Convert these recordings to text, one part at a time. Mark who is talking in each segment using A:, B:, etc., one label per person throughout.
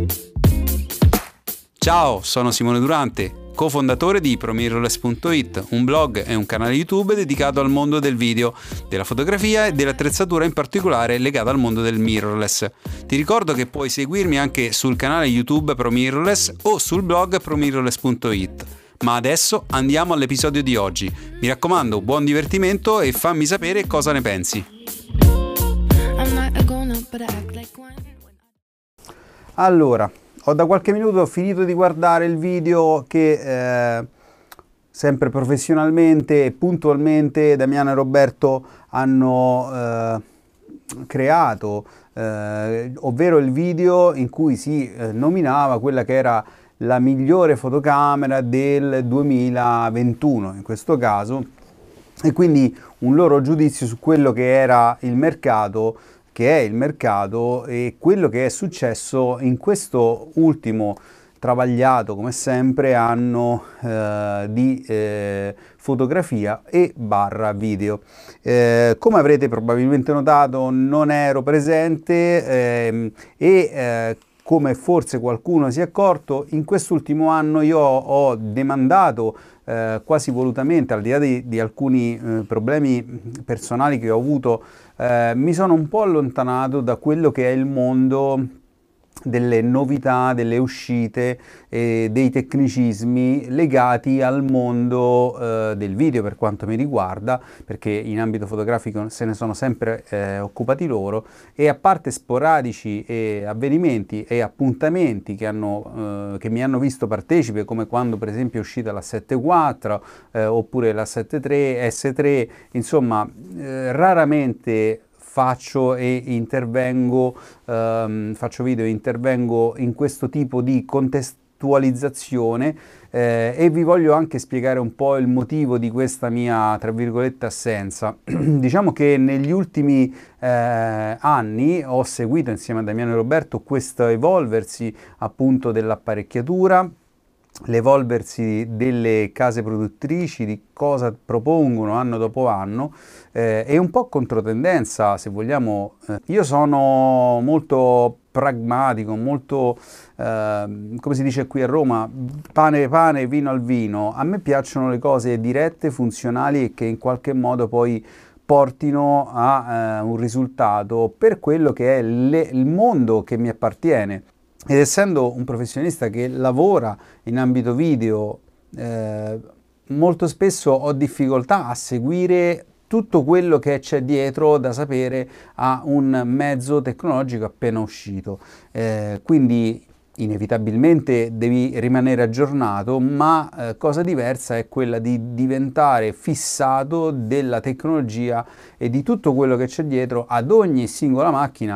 A: Ciao, sono Simone Durante, cofondatore di ProMirrorless.it, un blog e un canale YouTube dedicato al mondo del video, della fotografia e dell'attrezzatura, in particolare legata al mondo del mirrorless. Ti ricordo che puoi seguirmi anche sul canale YouTube ProMirrorless o sul blog ProMirrorless.it. Ma adesso andiamo all'episodio di oggi. Mi raccomando, buon divertimento e fammi sapere cosa ne pensi.
B: Allora, ho da qualche minuto finito di guardare il video che sempre professionalmente e puntualmente Damiano e Roberto hanno creato, ovvero il video in cui si nominava quella che era la migliore fotocamera del 2021 in questo caso, e quindi un loro giudizio su quello che era il mercato, che è il mercato, e quello che è successo in questo ultimo travagliato, come sempre, anno di fotografia e barra video. Come avrete probabilmente notato, non ero presente come forse qualcuno si è accorto, in quest'ultimo anno io ho demandato quasi volutamente, al di là di alcuni problemi personali che ho avuto, mi sono un po' allontanato da quello che è il mondo delle novità, delle uscite e dei tecnicismi legati al mondo del video, per quanto mi riguarda, perché in ambito fotografico se ne sono sempre occupati loro, e a parte sporadici avvenimenti e appuntamenti che mi hanno visto partecipe, come quando per esempio è uscita la 7.4 oppure la 7.3, S3, insomma raramente faccio video e intervengo in questo tipo di contestualizzazione, e vi voglio anche spiegare un po' il motivo di questa mia, tra virgolette, assenza. Diciamo che negli ultimi anni ho seguito insieme a Damiano e Roberto questo evolversi appunto dell'apparecchiatura, l'evolversi delle case produttrici, di cosa propongono anno dopo anno, e un po' controtendenza, se vogliamo. Io sono molto pragmatico, molto, come si dice qui a Roma, pane pane, vino al vino. A me piacciono le cose dirette, funzionali e che in qualche modo poi portino a un risultato per quello che è il mondo che mi appartiene. Ed essendo un professionista che lavora in ambito video, molto spesso ho difficoltà a seguire tutto quello che c'è dietro da sapere a un mezzo tecnologico appena uscito. Quindi inevitabilmente devi rimanere aggiornato, ma cosa diversa è quella di diventare fissato della tecnologia e di tutto quello che c'è dietro ad ogni singola macchina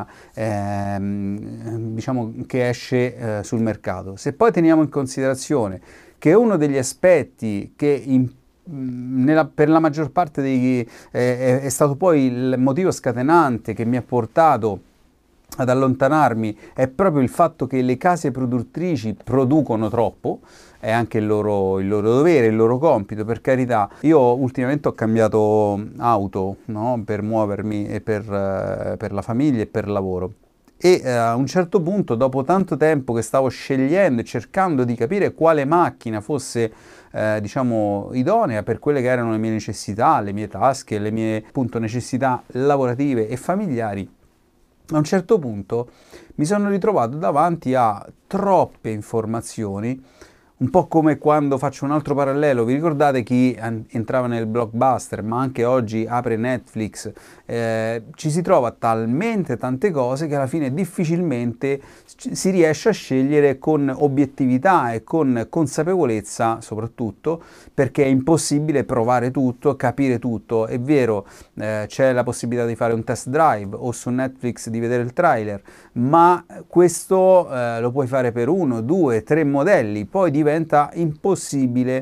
B: diciamo che esce sul mercato. Se poi teniamo in considerazione che uno degli aspetti che per la maggior parte è stato poi il motivo scatenante che mi ha portato ad allontanarmi, è proprio il fatto che le case produttrici producono troppo. È anche il loro dovere, il loro compito, per carità. Io ultimamente ho cambiato auto, no? Per muovermi e per la famiglia e per lavoro. E a un certo punto, dopo tanto tempo che stavo scegliendo e cercando di capire quale macchina fosse diciamo idonea per quelle che erano le mie necessità, le mie tasche, le mie appunto necessità lavorative e familiari, a un certo punto mi sono ritrovato davanti a troppe informazioni, un po' come quando faccio un altro parallelo. Vi ricordate chi entrava nel Blockbuster, ma anche oggi apre Netflix? Ci si trova talmente tante cose che alla fine difficilmente si riesce a scegliere con obiettività e con consapevolezza, soprattutto perché è impossibile provare tutto, capire tutto. È vero, c'è la possibilità di fare un test drive o su Netflix di vedere il trailer, ma questo lo puoi fare per 1, 2, 3 modelli, poi diventa impossibile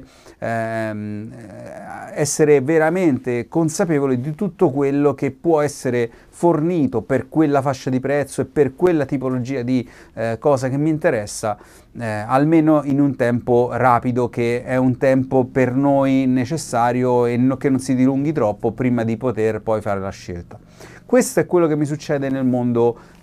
B: essere veramente consapevoli di tutto quello che può essere fornito per quella fascia di prezzo e per quella tipologia di cosa che mi interessa, almeno in un tempo rapido, che è un tempo per noi necessario e che non si dilunghi troppo prima di poter poi fare la scelta. Questo è quello che mi succede nel mondo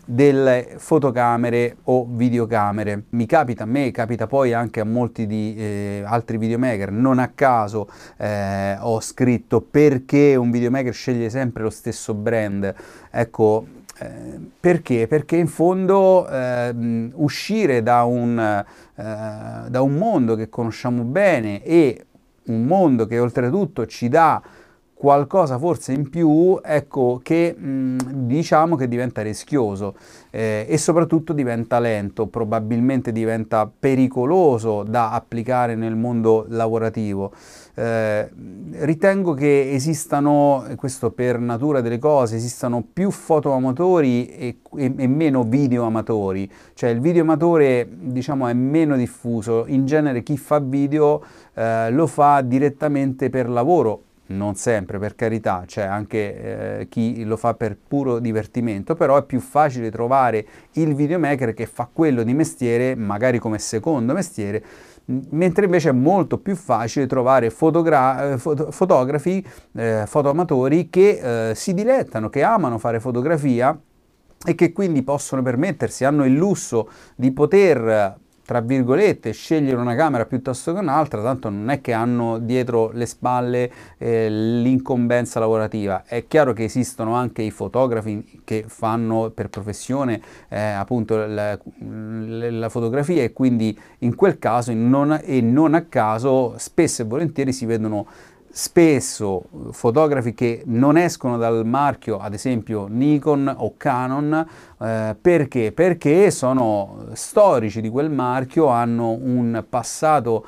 B: delle fotocamere o videocamere. Mi capita, a me capita poi anche a molti di altri videomaker, non a caso ho scritto perché un videomaker sceglie sempre lo stesso brand. Ecco, perché? Perché in fondo uscire da un mondo che conosciamo bene e un mondo che oltretutto ci dà qualcosa forse in più, ecco che diciamo che diventa rischioso e soprattutto diventa lento, probabilmente diventa pericoloso da applicare nel mondo lavorativo. Ritengo che esistano, questo per natura delle cose, esistano più fotoamatori e meno videoamatori, cioè il videoamatore diciamo è meno diffuso, in genere chi fa video lo fa direttamente per lavoro. Non sempre, per carità, c'è anche chi lo fa per puro divertimento, però è più facile trovare il videomaker che fa quello di mestiere, magari come secondo mestiere, mentre invece è molto più facile trovare fotografi, fotoamatori che si dilettano, che amano fare fotografia e che quindi possono permettersi, hanno il lusso di poter tra virgolette, scegliere una camera piuttosto che un'altra, tanto non è che hanno dietro le spalle l'incombenza lavorativa. È chiaro che esistono anche i fotografi che fanno per professione appunto la fotografia e quindi in quel caso non a caso spesso e volentieri si vedono spesso fotografi che non escono dal marchio, ad esempio Nikon o Canon, perché? Perché sono storici di quel marchio, hanno un passato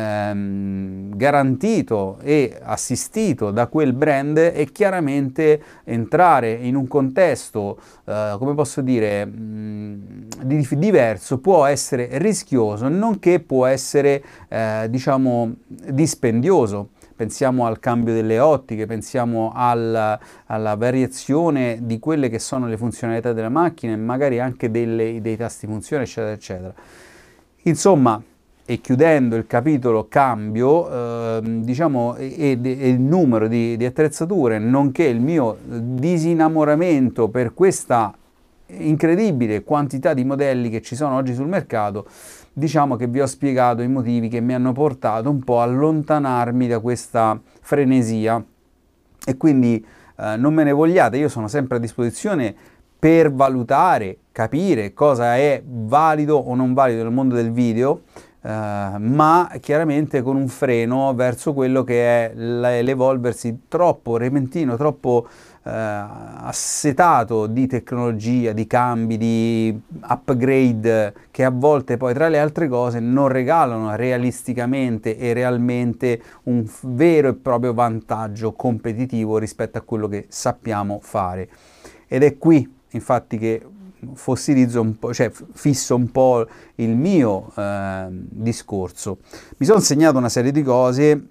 B: garantito e assistito da quel brand e chiaramente entrare in un contesto, come posso dire, diverso può essere rischioso, nonché può essere, diciamo, dispendioso. Pensiamo al cambio delle ottiche, pensiamo alla variazione di quelle che sono le funzionalità della macchina e magari anche dei tasti funzione, eccetera, eccetera. Insomma, e chiudendo il capitolo cambio, diciamo, e il numero di attrezzature, nonché il mio disinnamoramento per questa incredibile quantità di modelli che ci sono oggi sul mercato, diciamo che vi ho spiegato i motivi che mi hanno portato un po' a allontanarmi da questa frenesia e quindi non me ne vogliate, io sono sempre a disposizione per valutare, capire cosa è valido o non valido nel mondo del video, ma chiaramente con un freno verso quello che è l'evolversi troppo repentino, troppo assetato di tecnologia, di cambi, di upgrade che a volte poi tra le altre cose non regalano realisticamente e realmente un vero e proprio vantaggio competitivo rispetto a quello che sappiamo fare. Ed è qui infatti che fossilizzo un po', cioè fisso un po' il mio discorso. Mi sono segnato una serie di cose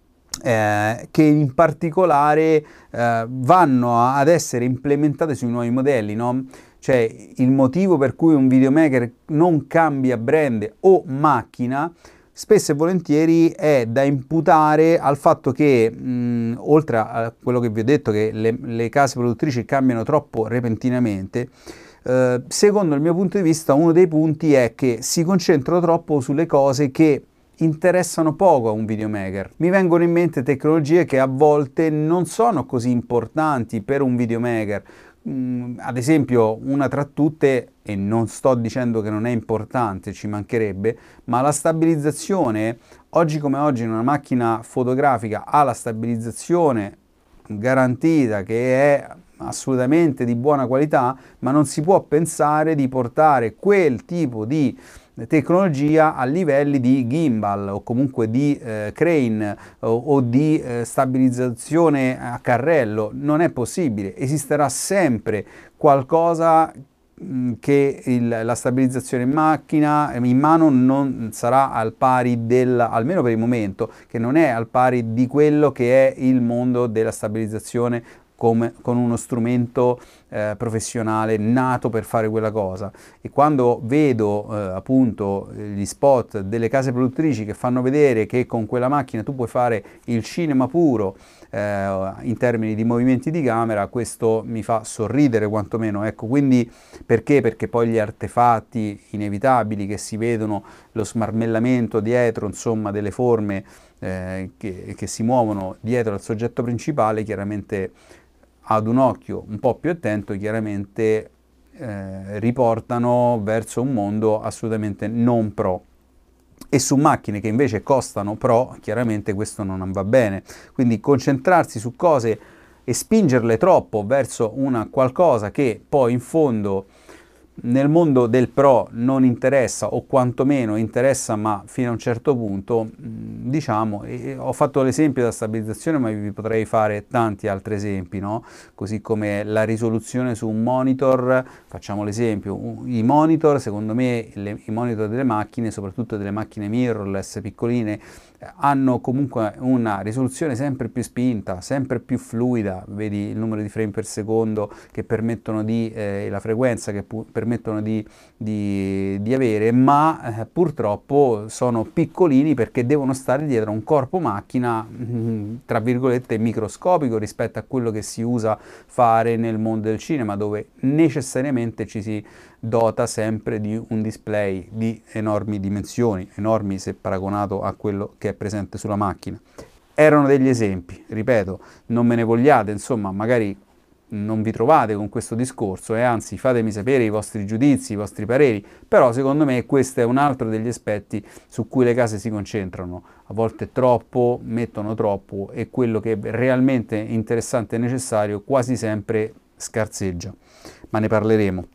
B: che in particolare vanno ad essere implementate sui nuovi modelli, no? Cioè il motivo per cui un videomaker non cambia brand o macchina spesso e volentieri è da imputare al fatto che, oltre a quello che vi ho detto, che le case produttrici cambiano troppo repentinamente, secondo il mio punto di vista uno dei punti è che si concentrano troppo sulle cose che interessano poco a un videomaker. Mi vengono in mente tecnologie che a volte non sono così importanti per un videomaker. Ad esempio, una tra tutte, e non sto dicendo che non è importante, ci mancherebbe, ma la stabilizzazione, oggi come oggi in una macchina fotografica ha la stabilizzazione garantita che è assolutamente di buona qualità, ma non si può pensare di portare quel tipo di tecnologia a livelli di gimbal o comunque di crane o di stabilizzazione a carrello. Non è possibile, esisterà sempre qualcosa che la stabilizzazione in mano non sarà al pari almeno per il momento, che non è al pari di quello che è il mondo della stabilizzazione con uno strumento professionale nato per fare quella cosa. E quando vedo appunto gli spot delle case produttrici che fanno vedere che con quella macchina tu puoi fare il cinema puro in termini di movimenti di camera, questo mi fa sorridere quantomeno, ecco. Quindi perché? Perché poi gli artefatti inevitabili che si vedono, lo smarmellamento dietro, insomma, delle forme che si muovono dietro al soggetto principale, chiaramente ad un occhio un po' più attento, chiaramente riportano verso un mondo assolutamente non pro. E su macchine che invece costano pro, chiaramente questo non va bene. Quindi concentrarsi su cose e spingerle troppo verso una qualcosa che poi in fondo nel mondo del pro non interessa, o quantomeno interessa ma fino a un certo punto, diciamo, e ho fatto l'esempio della stabilizzazione, ma vi potrei fare tanti altri esempi, no? Così come la risoluzione su un monitor, facciamo l'esempio, i monitor, secondo me i monitor delle macchine, soprattutto delle macchine mirrorless piccoline, hanno comunque una risoluzione sempre più spinta, sempre più fluida, vedi il numero di frame per secondo che permettono la frequenza che permettono di avere, ma purtroppo sono piccolini perché devono stare dietro a un corpo macchina, tra virgolette, microscopico rispetto a quello che si usa fare nel mondo del cinema, dove necessariamente ci si dota sempre di un display di enormi dimensioni, enormi se paragonato a quello che è presente sulla macchina. Erano degli esempi, ripeto, non me ne vogliate, insomma, magari non vi trovate con questo discorso e anzi fatemi sapere i vostri giudizi, i vostri pareri, però secondo me questo è un altro degli aspetti su cui le case si concentrano, a volte troppo, mettono troppo e quello che è realmente interessante e necessario quasi sempre scarseggia, ma ne parleremo.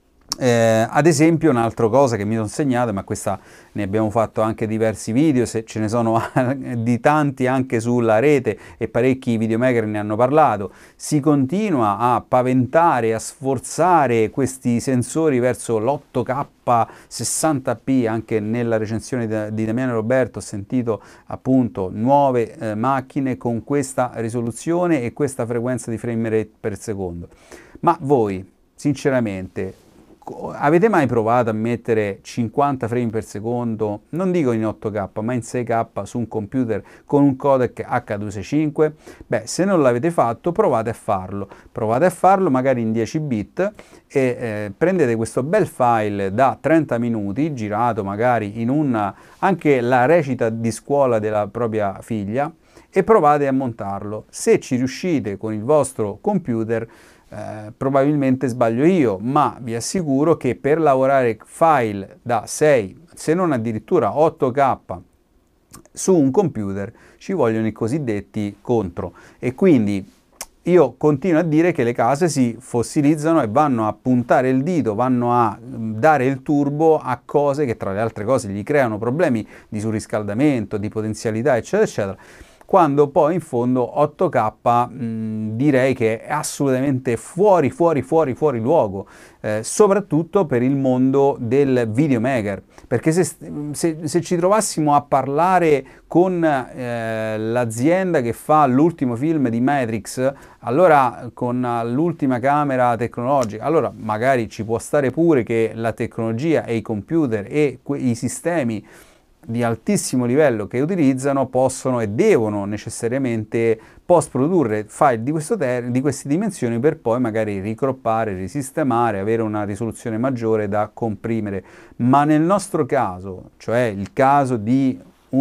B: Ad esempio un'altra cosa che mi sono segnato, ma questa ne abbiamo fatto anche diversi video, ce ne sono di tanti anche sulla rete e parecchi videomaker ne hanno parlato, si continua a paventare, a sforzare questi sensori verso l'8K 60p, anche nella recensione di Damiano Roberto ho sentito appunto nuove macchine con questa risoluzione e questa frequenza di frame rate per secondo. Ma voi, sinceramente, avete mai provato a mettere 50 frame per secondo, non dico in 8K, ma in 6K su un computer con un codec H265? Beh, se non l'avete fatto, provate a farlo magari in 10 bit e prendete questo bel file da 30 minuti, girato magari in anche la recita di scuola della propria figlia, e provate a montarlo. Se ci riuscite con il vostro computer, probabilmente sbaglio io, ma vi assicuro che per lavorare file da 6, se non addirittura 8K su un computer ci vogliono i cosiddetti contro, e quindi io continuo a dire che le case si fossilizzano e vanno a puntare il dito, vanno a dare il turbo a cose che tra le altre cose gli creano problemi di surriscaldamento, di potenzialità, eccetera, eccetera, quando poi in fondo 8K direi che è assolutamente fuori luogo, soprattutto per il mondo del videomaker, perché se ci trovassimo a parlare con l'azienda che fa l'ultimo film di Matrix, allora con l'ultima camera tecnologica, allora magari ci può stare pure che la tecnologia e i computer e i sistemi di altissimo livello che utilizzano possono e devono necessariamente post-produrre file di queste dimensioni per poi magari ricroppare, risistemare, avere una risoluzione maggiore da comprimere. Ma nel nostro caso, cioè il caso di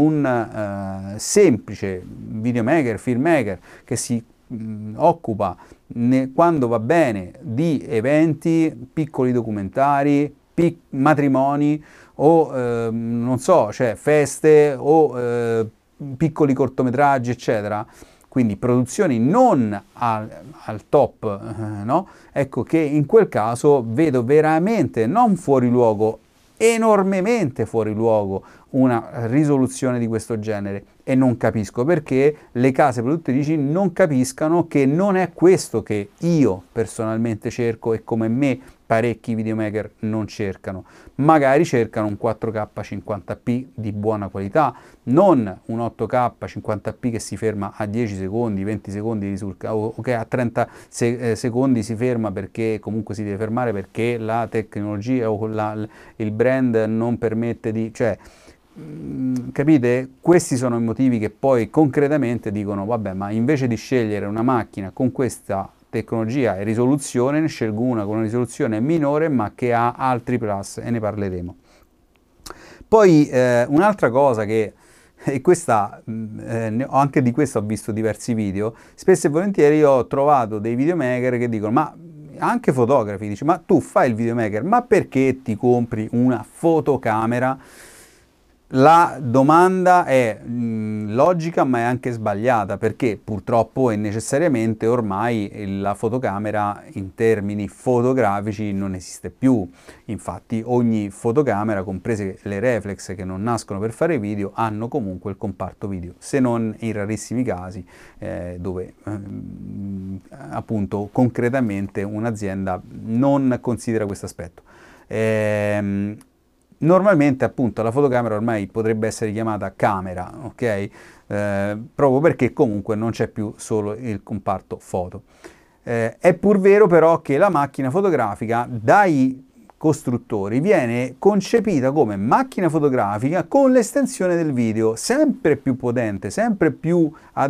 B: un semplice videomaker, filmmaker che si occupa quando va bene di eventi, piccoli documentari, matrimoni o non so, cioè feste o piccoli cortometraggi, eccetera, quindi produzioni non al top, no? Ecco che in quel caso vedo veramente non fuori luogo, enormemente fuori luogo una risoluzione di questo genere, e non capisco perché le case produttrici non capiscano che non è questo che io personalmente cerco e come me parecchi videomaker non cercano. Magari cercano un 4K 50p di buona qualità, non un 8K 50p che si ferma a 10 secondi, 20 secondi di risultato, o che a 30 secondi si ferma perché comunque si deve fermare perché la tecnologia o il brand non permette di... Cioè, capite? Questi sono i motivi che poi concretamente dicono vabbè, ma invece di scegliere una macchina con questa tecnologia e risoluzione, ne scelgo una con una risoluzione minore ma che ha altri plus, e ne parleremo. Poi un'altra cosa che, e questa, anche di questo ho visto diversi video, spesso e volentieri ho trovato dei videomaker che dicono, ma anche fotografi, dice, ma tu fai il videomaker, ma perché ti compri una fotocamera? La domanda è logica ma è anche sbagliata, perché purtroppo e necessariamente ormai la fotocamera in termini fotografici non esiste più. Infatti ogni fotocamera, comprese le reflex che non nascono per fare video, hanno comunque il comparto video, se non in rarissimi casi dove appunto concretamente un'azienda non considera questo aspetto. Normalmente appunto la fotocamera ormai potrebbe essere chiamata camera, ok? Proprio perché comunque non c'è più solo il comparto foto. È pur vero però che la macchina fotografica dai costruttori viene concepita come macchina fotografica con l'estensione del video, sempre più potente, sempre più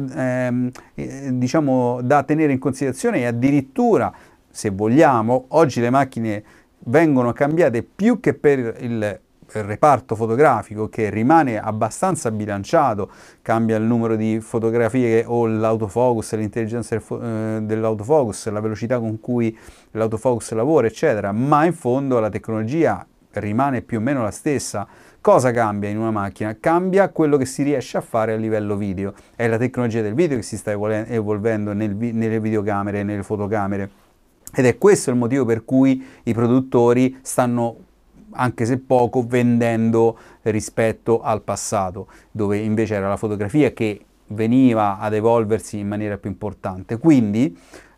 B: diciamo da tenere in considerazione, e addirittura, se vogliamo, oggi le macchine vengono cambiate più che per il reparto fotografico, che rimane abbastanza bilanciato, cambia il numero di fotografie o l'autofocus, l'intelligenza dell'autofocus, la velocità con cui l'autofocus lavora, eccetera, ma in fondo la tecnologia rimane più o meno la stessa. Cosa cambia in una macchina? Cambia quello che si riesce a fare a livello video, è la tecnologia del video che si sta evolvendo nelle videocamere e nelle fotocamere. Ed è questo il motivo per cui i produttori stanno, anche se poco, vendendo rispetto al passato, dove invece era la fotografia che veniva ad evolversi in maniera più importante. Quindi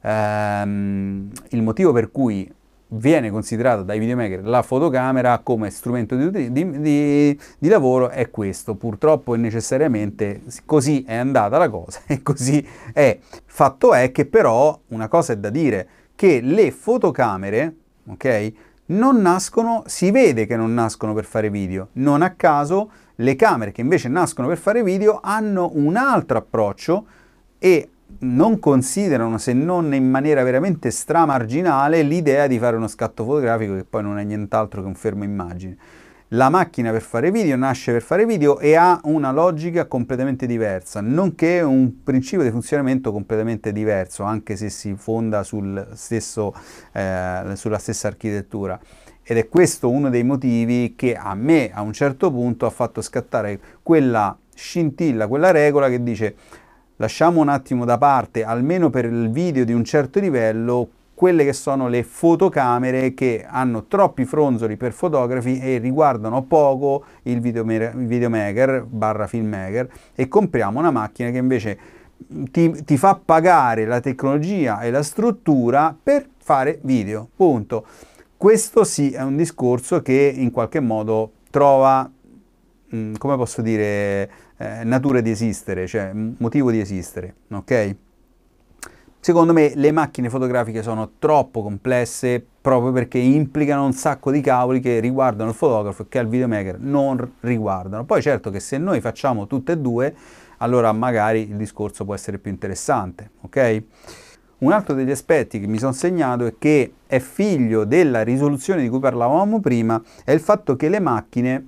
B: il motivo per cui viene considerata dai videomaker la fotocamera come strumento di lavoro è questo. Purtroppo e necessariamente così è andata la cosa e così è. Fatto è che però una cosa è da dire, che le fotocamere, ok, non nascono, si vede che non nascono per fare video. Non a caso le camere che invece nascono per fare video hanno un altro approccio e non considerano, se non in maniera veramente stramarginale, l'idea di fare uno scatto fotografico che poi non è nient'altro che un fermo immagine. La macchina per fare video nasce per fare video e ha una logica completamente diversa, nonché un principio di funzionamento completamente diverso, anche se si fonda sulla stessa architettura. Ed è questo uno dei motivi che a me, a un certo punto, ha fatto scattare quella scintilla, quella regola che dice: lasciamo un attimo da parte, almeno per il video di un certo livello, quelle che sono le fotocamere che hanno troppi fronzoli per fotografi e riguardano poco il videomaker barra filmmaker, e compriamo una macchina che invece ti fa pagare la tecnologia e la struttura per fare video, punto. Questo sì è un discorso che in qualche modo trova, come posso dire, natura di esistere, cioè motivo di esistere, ok? Secondo me le macchine fotografiche sono troppo complesse proprio perché implicano un sacco di cavoli che riguardano il fotografo e che al videomaker non riguardano. Poi certo che se noi facciamo tutte e due, allora magari il discorso può essere più interessante, ok? Un altro degli aspetti che mi sono segnato e che è figlio della risoluzione di cui parlavamo prima è il fatto che le macchine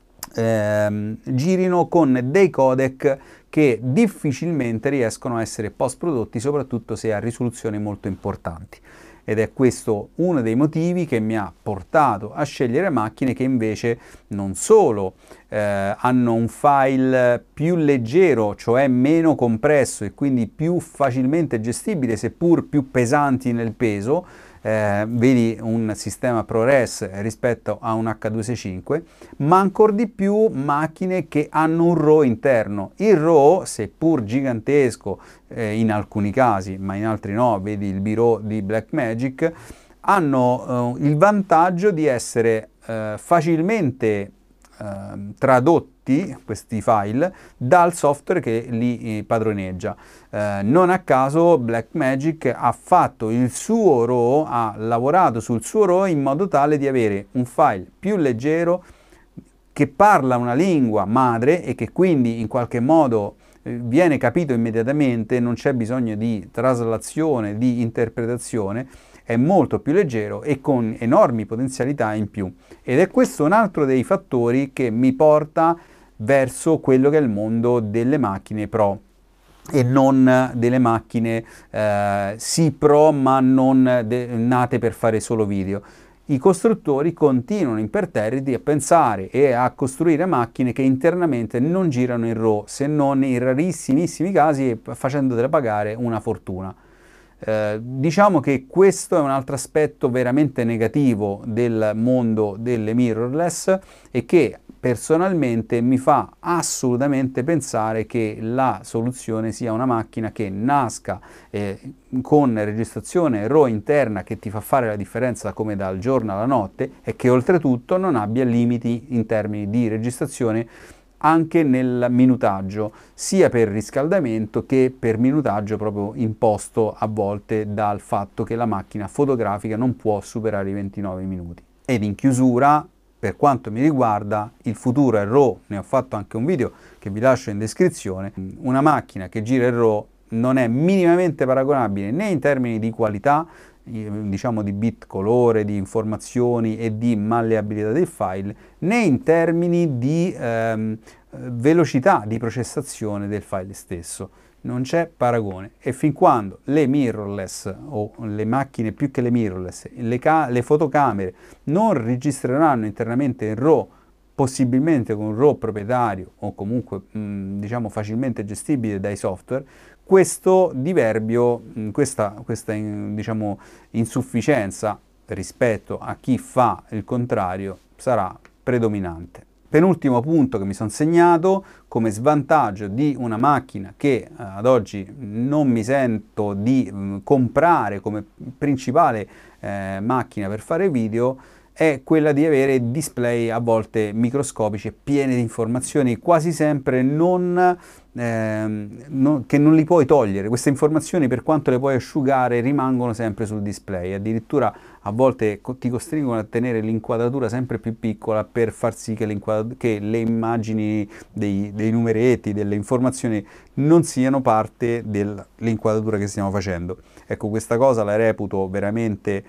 B: girino con dei codec che difficilmente riescono a essere post prodotti, soprattutto se a risoluzioni molto importanti. Ed è questo uno dei motivi che mi ha portato a scegliere macchine che invece non solo hanno un file più leggero, cioè meno compresso e quindi più facilmente gestibile, seppur più pesanti nel peso, vedi un sistema ProRes rispetto a un H265, ma ancora di più macchine che hanno un RAW interno. Il RAW, seppur gigantesco in alcuni casi, ma in altri no, vedi il B-RAW di Blackmagic, hanno il vantaggio di essere facilmente tradotti, questi file, dal software che li padroneggia. Non a caso Blackmagic ha fatto il suo RAW, ha lavorato sul suo RAW in modo tale di avere un file più leggero, che parla una lingua madre e che quindi in qualche modo viene capito immediatamente, non c'è bisogno di traslazione, di interpretazione, è molto più leggero e con enormi potenzialità in più. Ed è questo un altro dei fattori che mi porta verso quello che è il mondo delle macchine pro e non delle macchine sì pro ma non nate per fare solo video. I costruttori continuano imperterriti a pensare e a costruire macchine che internamente non girano in RAW, se non in rarissimissimi casi facendole pagare una fortuna. Diciamo che questo è un altro aspetto veramente negativo del mondo delle mirrorless e che personalmente mi fa assolutamente pensare che la soluzione sia una macchina che nasca con registrazione RAW interna che ti fa fare la differenza come dal giorno alla notte e che oltretutto non abbia limiti in termini di registrazione anche nel minutaggio, sia per riscaldamento che per minutaggio proprio imposto a volte dal fatto che la macchina fotografica non può superare i 29 minuti. Ed in chiusura, per quanto mi riguarda, il futuro è RAW, ne ho fatto anche un video che vi lascio in descrizione. Una macchina che gira in RAW non è minimamente paragonabile né in termini di qualità, diciamo di bit colore, di informazioni e di malleabilità del file, né in termini di velocità di processazione del file stesso. Non c'è paragone e fin quando le mirrorless o le macchine più che le mirrorless, le fotocamere non registreranno internamente in RAW, possibilmente con un RAW proprietario o comunque diciamo facilmente gestibile dai software, questo diverbio, questa diciamo, insufficienza rispetto a chi fa il contrario sarà predominante. Penultimo punto che mi sono segnato come svantaggio di una macchina che ad oggi non mi sento di comprare come principale macchina per fare video è quella di avere display a volte microscopici e pieni di informazioni, quasi sempre che non li puoi togliere. Queste informazioni, per quanto le puoi asciugare, rimangono sempre sul display. Addirittura a volte ti costringono a tenere l'inquadratura sempre più piccola per far sì che le immagini dei numeretti, delle informazioni non siano parte dell'inquadratura che stiamo facendo. Ecco, questa cosa la reputo veramente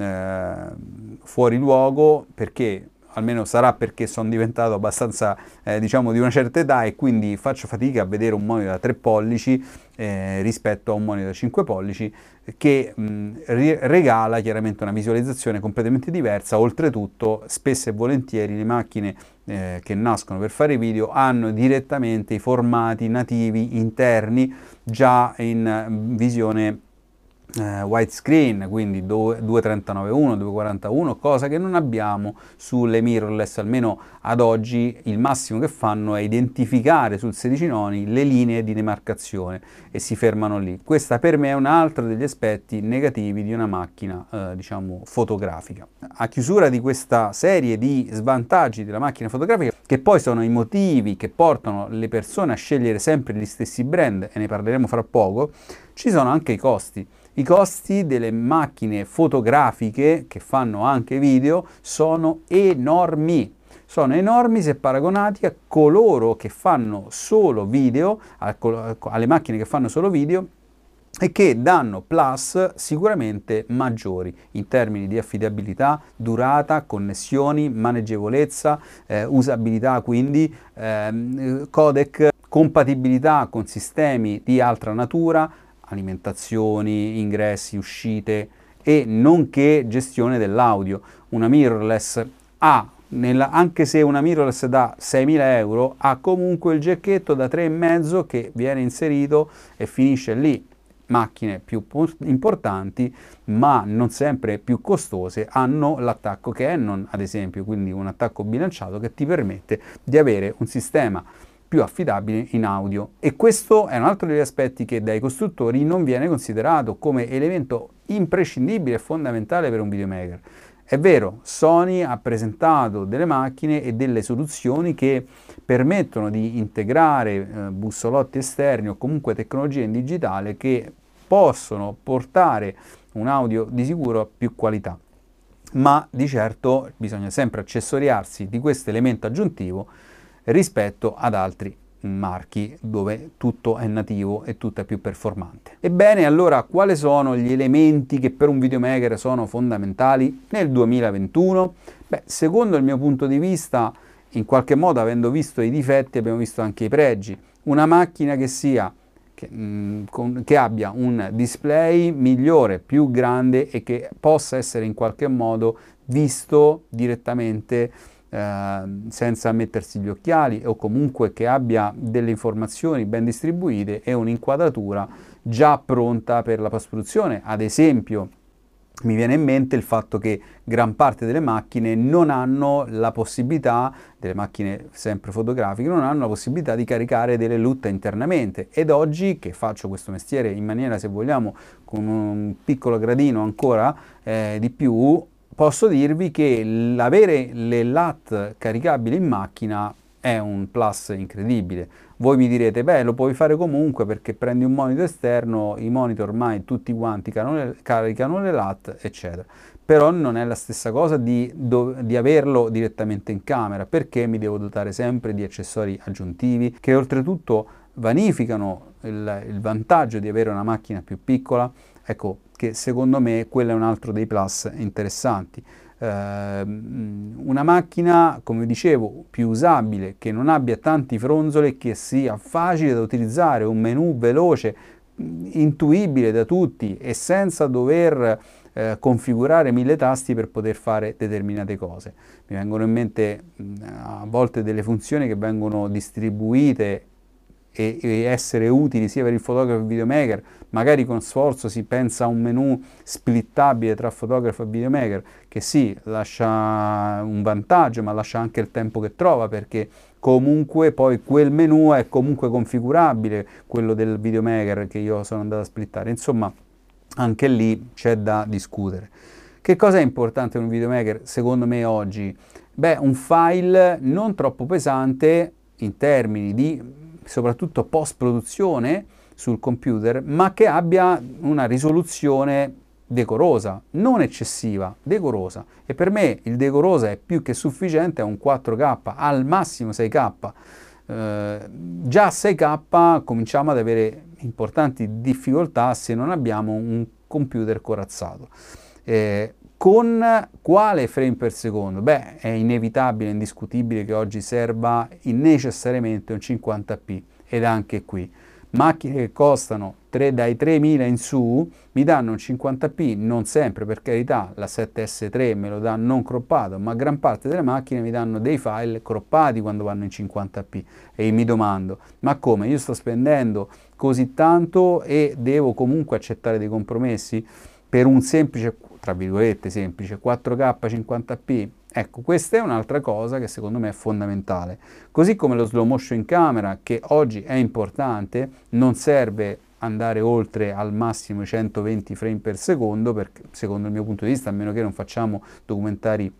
B: fuori luogo, perché almeno sarà perché sono diventato abbastanza diciamo di una certa età e quindi faccio fatica a vedere un monitor da 3 pollici rispetto a un monitor da 5 pollici che regala chiaramente una visualizzazione completamente diversa. Oltretutto spesso e volentieri le macchine che nascono per fare video hanno direttamente i formati nativi interni già in visione widescreen, quindi 239:1, 241, cosa che non abbiamo sulle mirrorless. Almeno ad oggi il massimo che fanno è identificare sul 16 noni le linee di demarcazione e si fermano lì. Questa per me è un altro degli aspetti negativi di una macchina diciamo fotografica. A chiusura di questa serie di svantaggi della macchina fotografica, che poi sono i motivi che portano le persone a scegliere sempre gli stessi brand, e ne parleremo fra poco, ci sono anche i costi. I costi delle macchine fotografiche che fanno anche video sono enormi. Sono enormi se paragonati a coloro che fanno solo video, alle macchine che fanno solo video e che danno plus sicuramente maggiori in termini di affidabilità, durata, connessioni, maneggevolezza, usabilità, quindi codec, compatibilità con sistemi di altra natura, alimentazioni, ingressi, uscite e nonché gestione dell'audio. Una mirrorless anche se una mirrorless da 6.000 euro ha comunque il jacketto da 3,5 che viene inserito e finisce lì. Macchine più importanti ma non sempre più costose hanno l'attacco Canon ad esempio, quindi un attacco bilanciato che ti permette di avere un sistema più affidabile in audio. E questo è un altro degli aspetti che dai costruttori non viene considerato come elemento imprescindibile e fondamentale per un videomaker. È vero, Sony ha presentato delle macchine e delle soluzioni che permettono di integrare bussolotti esterni o comunque tecnologie in digitale che possono portare un audio di sicuro a più qualità, ma di certo bisogna sempre accessoriarsi di questo elemento aggiuntivo rispetto ad altri marchi dove tutto è nativo e tutto è più performante. Ebbene, allora, quali sono gli elementi che per un videomaker sono fondamentali nel 2021? Beh, secondo il mio punto di vista, in qualche modo, avendo visto i difetti, abbiamo visto anche i pregi. Una macchina che abbia un display migliore, più grande e che possa essere in qualche modo visto direttamente senza mettersi gli occhiali, o comunque che abbia delle informazioni ben distribuite e un'inquadratura già pronta per la post-produzione. Ad esempio, mi viene in mente il fatto che gran parte delle macchine non hanno la possibilità, delle macchine sempre fotografiche, non hanno la possibilità di caricare delle LUT internamente, ed oggi che faccio questo mestiere in maniera, se vogliamo, con un piccolo gradino ancora di più, posso dirvi che l'avere le LUT caricabili in macchina è un plus incredibile. Voi mi direte, beh, lo puoi fare comunque perché prendi un monitor esterno, i monitor ormai tutti quanti caricano le LUT, eccetera. Però non è la stessa cosa di averlo direttamente in camera, perché mi devo dotare sempre di accessori aggiuntivi che oltretutto vanificano il vantaggio di avere una macchina più piccola. Ecco che secondo me quello è un altro dei plus interessanti. Una macchina, come dicevo, più usabile, che non abbia tanti fronzoli, che sia facile da utilizzare, un menu veloce, intuibile da tutti e senza dover configurare 1000 tasti per poter fare determinate cose. Mi vengono in mente a volte delle funzioni che vengono distribuite e essere utili sia per il fotografo che il videomaker. Magari con sforzo si pensa a un menu splittabile tra fotografo e videomaker, che sì, lascia un vantaggio, ma lascia anche il tempo che trova, perché comunque poi quel menu è comunque configurabile, quello del videomaker che io sono andato a splittare. Insomma, anche lì c'è da discutere. Che cosa è importante in un videomaker secondo me oggi? Beh, un file non troppo pesante in termini di soprattutto post-produzione sul computer, ma che abbia una risoluzione decorosa, non eccessiva, decorosa. E per me il decorosa è più che sufficiente, è un 4K, al massimo 6K. Già a 6K cominciamo ad avere importanti difficoltà se non abbiamo un computer corazzato. Con quale frame per secondo? Beh, è inevitabile, indiscutibile che oggi serva necessariamente un 50p, ed anche qui macchine che costano dai 3.000 in su mi danno un 50p, non sempre, per carità, la 7S3 me lo dà non croppato, ma gran parte delle macchine mi danno dei file croppati quando vanno in 50p, e io mi domando, ma come? Io sto spendendo così tanto e devo comunque accettare dei compromessi per un semplice, tra virgolette semplice, 4K 50p? Ecco, questa è un'altra cosa che secondo me è fondamentale. Così come lo slow motion in camera, che oggi è importante, non serve andare oltre al massimo i 120 frame per secondo, perché secondo il mio punto di vista, a meno che non facciamo documentari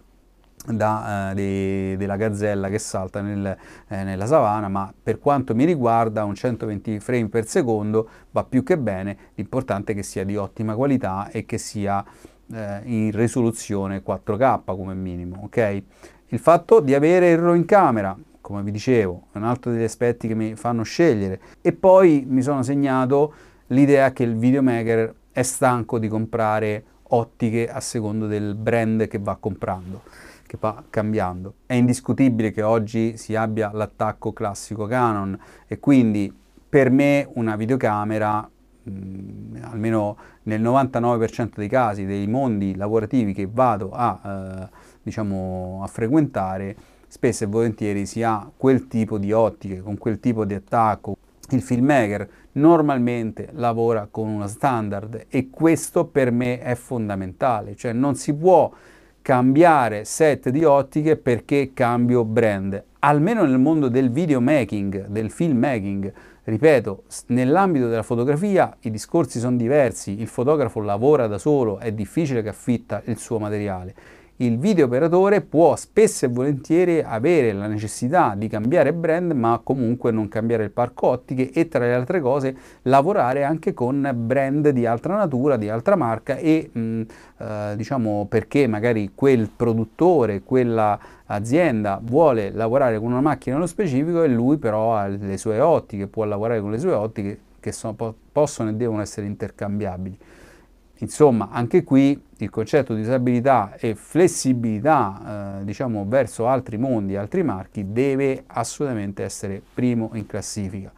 B: della gazzella che salta nella savana, ma per quanto mi riguarda un 120 frame per secondo va più che bene. L'importante è che sia di ottima qualità e che sia in risoluzione 4K come minimo, ok? Il fatto di avere il RAW in camera, come vi dicevo, è un altro degli aspetti che mi fanno scegliere. E poi mi sono segnato l'idea che il videomaker è stanco di comprare ottiche a secondo del brand che va comprando, che va cambiando. È indiscutibile che oggi si abbia l'attacco classico Canon, e quindi per me una videocamera, almeno nel 99% dei casi, dei mondi lavorativi che vado diciamo, a frequentare, spesso e volentieri si ha quel tipo di ottiche, con quel tipo di attacco. Il filmmaker normalmente lavora con una standard, e questo per me è fondamentale, cioè non si può cambiare set di ottiche perché cambio brand. almeno nel mondo del videomaking, del filmmaking, ripeto, nell'ambito della fotografia i discorsi sono diversi, il fotografo lavora da solo, è difficile che affitta il suo materiale. Il videooperatore può spesso e volentieri avere la necessità di cambiare brand, ma comunque non cambiare il parco ottiche e, tra le altre cose, lavorare anche con brand di altra natura, di altra marca e diciamo, perché magari quel produttore, quella azienda vuole lavorare con una macchina nello specifico e lui però ha le sue ottiche, può lavorare con le sue ottiche che possono e devono essere intercambiabili. Insomma, anche qui il concetto di usabilità e flessibilità, diciamo, verso altri mondi, altri marchi, deve assolutamente essere primo in classifica.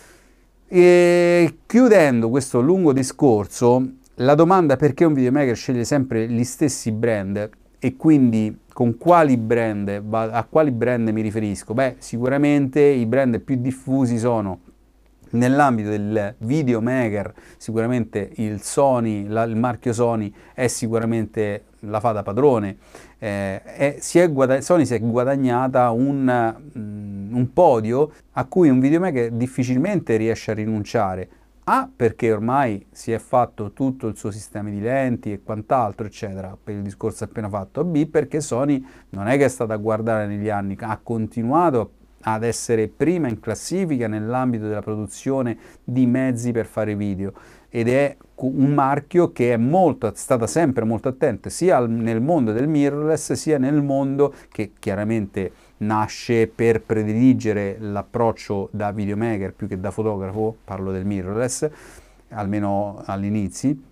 B: E chiudendo questo lungo discorso, la domanda perché un videomaker sceglie sempre gli stessi brand e quindi con quali brand, a quali brand mi riferisco? Beh, sicuramente i brand più diffusi sono nell'ambito del videomaker, sicuramente il Sony, il marchio Sony è sicuramente la fa da padrone. Sony si è guadagnata un podio a cui un videomaker difficilmente riesce a rinunciare. A, perché ormai si è fatto tutto il suo sistema di lenti e quant'altro, eccetera, per il discorso appena fatto. B, perché Sony non è che è stata a guardare negli anni, ha continuato ad essere prima in classifica nell'ambito della produzione di mezzi per fare video ed è un marchio che è stata sempre molto attento sia nel mondo del mirrorless sia nel mondo che chiaramente nasce per prediligere l'approccio da videomaker più che da fotografo, parlo del mirrorless, almeno all'inizio,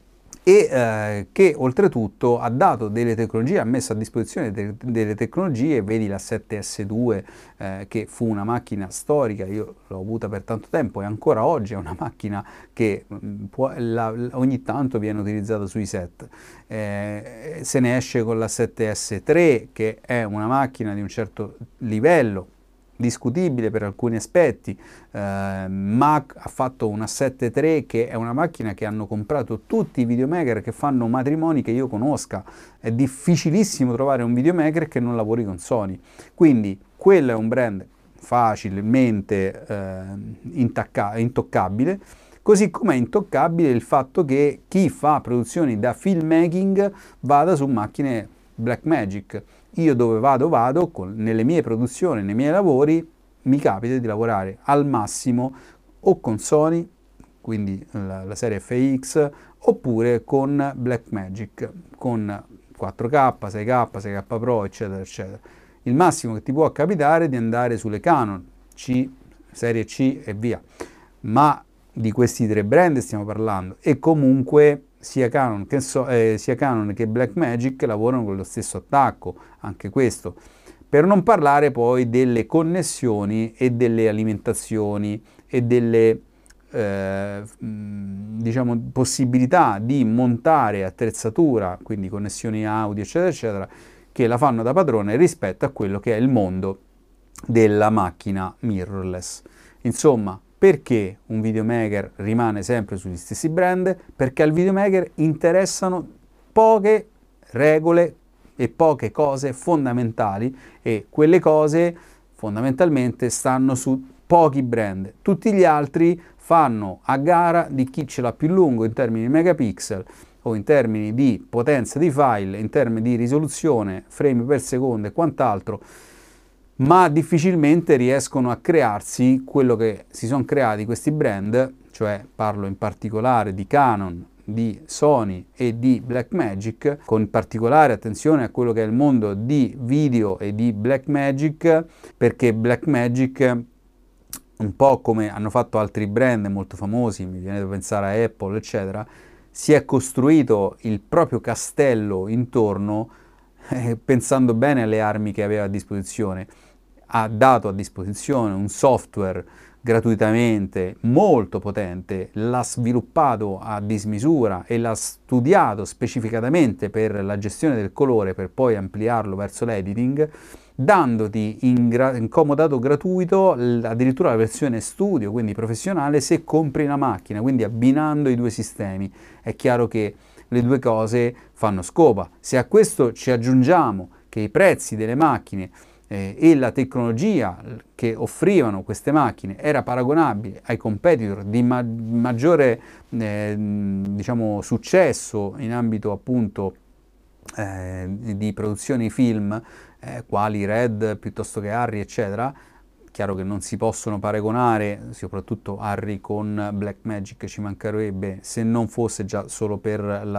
B: e che oltretutto ha dato delle tecnologie, ha messo a disposizione delle tecnologie, vedi la 7S2 che fu una macchina storica, io l'ho avuta per tanto tempo e ancora oggi è una macchina che ogni tanto viene utilizzata sui set. Se ne esce con la 7S3 che è una macchina di un certo livello, discutibile per alcuni aspetti, ma ha fatto una 7.3 che è una macchina che hanno comprato tutti i videomaker che fanno matrimoni che io conosca. È difficilissimo trovare un videomaker che non lavori con Sony, quindi quello è un brand facilmente intoccabile, così come è intoccabile il fatto che chi fa produzioni da filmmaking vada su macchine Blackmagic. Io dove vado nelle mie produzioni, nei miei lavori, mi capita di lavorare al massimo o con Sony, quindi la serie FX, oppure con Blackmagic, con 4K, 6K, 6K Pro, eccetera, eccetera. Il massimo che ti può capitare è di andare sulle Canon, serie C e via. Ma di questi tre brand stiamo parlando e comunque sia Canon che Blackmagic lavorano con lo stesso attacco, anche questo. Per non parlare poi delle connessioni e delle alimentazioni e delle diciamo, possibilità di montare attrezzatura, quindi connessioni audio, eccetera, eccetera, che la fanno da padrone rispetto a quello che è il mondo della macchina mirrorless. Insomma, perché un videomaker rimane sempre sugli stessi brand? Perché al videomaker interessano poche regole e poche cose fondamentali e quelle cose fondamentalmente stanno su pochi brand. Tutti gli altri fanno a gara di chi ce l'ha più lungo in termini di megapixel o in termini di potenza di file, in termini di risoluzione, frame per secondo e quant'altro, ma difficilmente riescono a crearsi quello che si sono creati questi brand, cioè parlo in particolare di Canon, di Sony e di Blackmagic, con particolare attenzione a quello che è il mondo di video e di Blackmagic, perché Blackmagic, un po' come hanno fatto altri brand molto famosi, mi viene da pensare a Apple, eccetera, si è costruito il proprio castello intorno, pensando bene alle armi che aveva a disposizione. Ha dato a disposizione un software gratuitamente molto potente, l'ha sviluppato a dismisura e l'ha studiato specificatamente per la gestione del colore per poi ampliarlo verso l'editing, dandoti in comodato gratuito addirittura la versione studio, quindi professionale, se compri la macchina, quindi abbinando i due sistemi. È chiaro che le due cose fanno scopa. Se a questo ci aggiungiamo che i prezzi delle macchine e la tecnologia che offrivano queste macchine era paragonabile ai competitor di maggiore diciamo successo in ambito appunto di produzioni film, quali Red piuttosto che Harry eccetera. Chiaro che non si possono paragonare, soprattutto Harry con Blackmagic, ci mancherebbe, se non fosse già solo per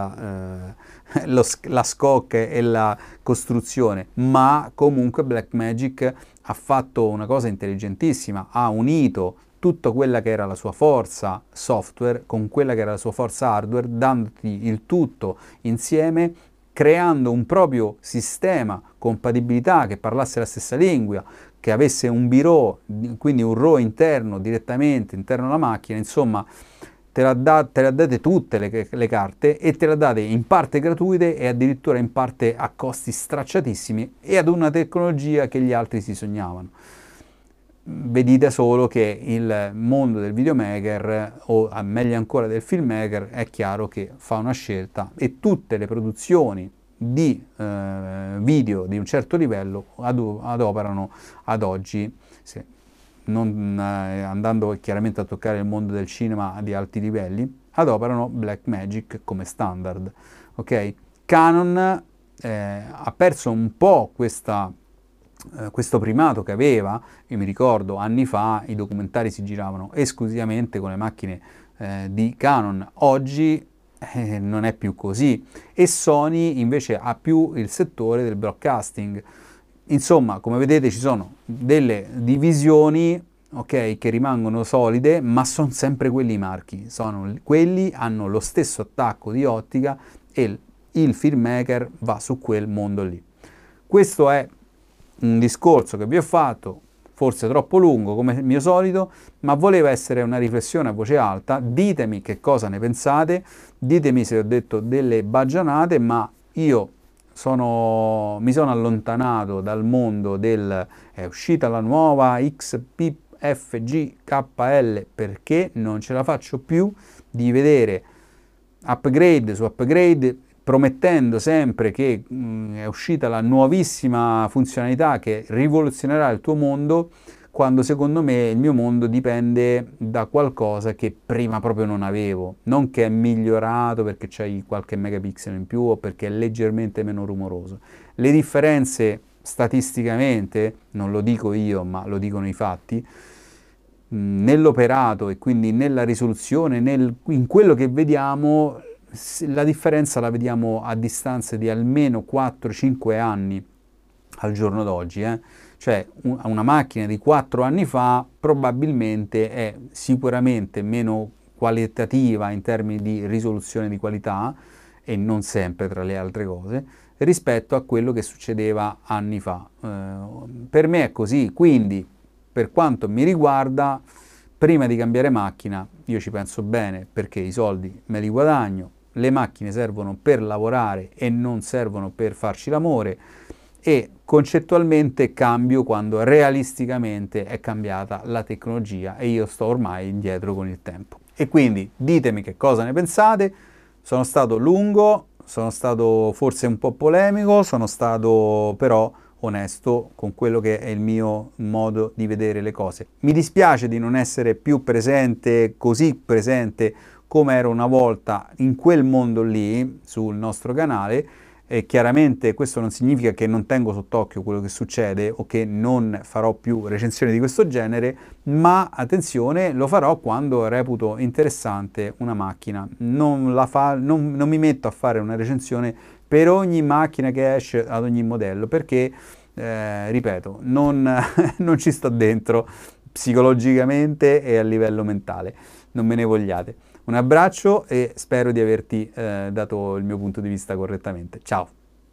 B: la scocca e la costruzione, ma comunque Blackmagic ha fatto una cosa intelligentissima, ha unito tutta quella che era la sua forza software con quella che era la sua forza hardware, dandoti il tutto insieme, creando un proprio sistema, compatibilità, che parlasse la stessa lingua, che avesse un bureau, quindi un RAW interno direttamente interno alla macchina, insomma te la date tutte le carte e te la date in parte gratuite e addirittura in parte a costi stracciatissimi e ad una tecnologia che gli altri si sognavano. Vedete solo che il mondo del videomaker, o meglio ancora del filmmaker, è chiaro che fa una scelta e tutte le produzioni di video di un certo livello adoperano ad oggi, non andando chiaramente a toccare il mondo del cinema di alti livelli, adoperano Blackmagic come standard. Ok? Canon ha perso un po' questo primato che aveva. Io mi ricordo anni fa i documentari si giravano esclusivamente con le macchine di Canon, oggi non è più così, e Sony invece ha più il settore del broadcasting. Insomma, come vedete ci sono delle divisioni, ok, che rimangono solide, ma sono sempre quelli i marchi, quelli hanno lo stesso attacco di ottica e il filmmaker va su quel mondo lì. Questo è un discorso che vi ho fatto, forse troppo lungo come mio solito, ma voleva essere una riflessione a voce alta. Ditemi che cosa ne pensate, ditemi se ho detto delle baggianate, ma io mi sono allontanato dal mondo è uscita la nuova XPFG KL perché non ce la faccio più di vedere upgrade su upgrade, promettendo sempre che è uscita la nuovissima funzionalità che rivoluzionerà il tuo mondo, quando secondo me il mio mondo dipende da qualcosa che prima proprio non avevo, non che è migliorato perché c'hai qualche megapixel in più o perché è leggermente meno rumoroso. Le differenze statisticamente, non lo dico io ma lo dicono i fatti, nell'operato e quindi nella risoluzione, in quello che vediamo, la differenza la vediamo a distanza di almeno 4-5 anni al giorno d'oggi. Cioè una macchina di 4 anni fa probabilmente è sicuramente meno qualitativa in termini di risoluzione di qualità, e non sempre tra le altre cose, rispetto a quello che succedeva anni fa. Per me è così, quindi per quanto mi riguarda, prima di cambiare macchina io ci penso bene, perché i soldi me li guadagno, le macchine servono per lavorare e non servono per farci l'amore, e concettualmente cambio quando realisticamente è cambiata la tecnologia e io sto ormai indietro con il tempo. E quindi ditemi che cosa ne pensate. Sono stato lungo, sono stato forse un po' polemico, sono stato però onesto con quello che è il mio modo di vedere le cose. Mi dispiace di non essere più presente, così presente come ero una volta in quel mondo lì sul nostro canale, e chiaramente questo non significa che non tengo sott'occhio quello che succede o che non farò più recensioni di questo genere, ma attenzione, lo farò quando reputo interessante una macchina. Non mi metto a fare una recensione per ogni macchina che esce ad ogni modello, perché ripeto, non ci sto dentro psicologicamente e a livello mentale, non me ne vogliate. Un abbraccio e spero di averti dato il mio punto di vista correttamente. Ciao!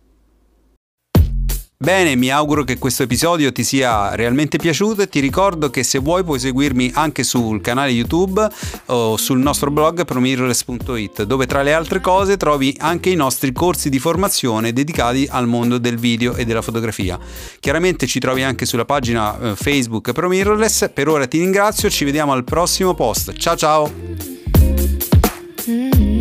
A: Bene, mi auguro che questo episodio ti sia realmente piaciuto e ti ricordo che se vuoi puoi seguirmi anche sul canale YouTube o sul nostro blog promirrorless.it, dove tra le altre cose trovi anche i nostri corsi di formazione dedicati al mondo del video e della fotografia. Chiaramente ci trovi anche sulla pagina Facebook ProMirrorless. Per ora ti ringrazio, ci vediamo al prossimo post. Ciao ciao!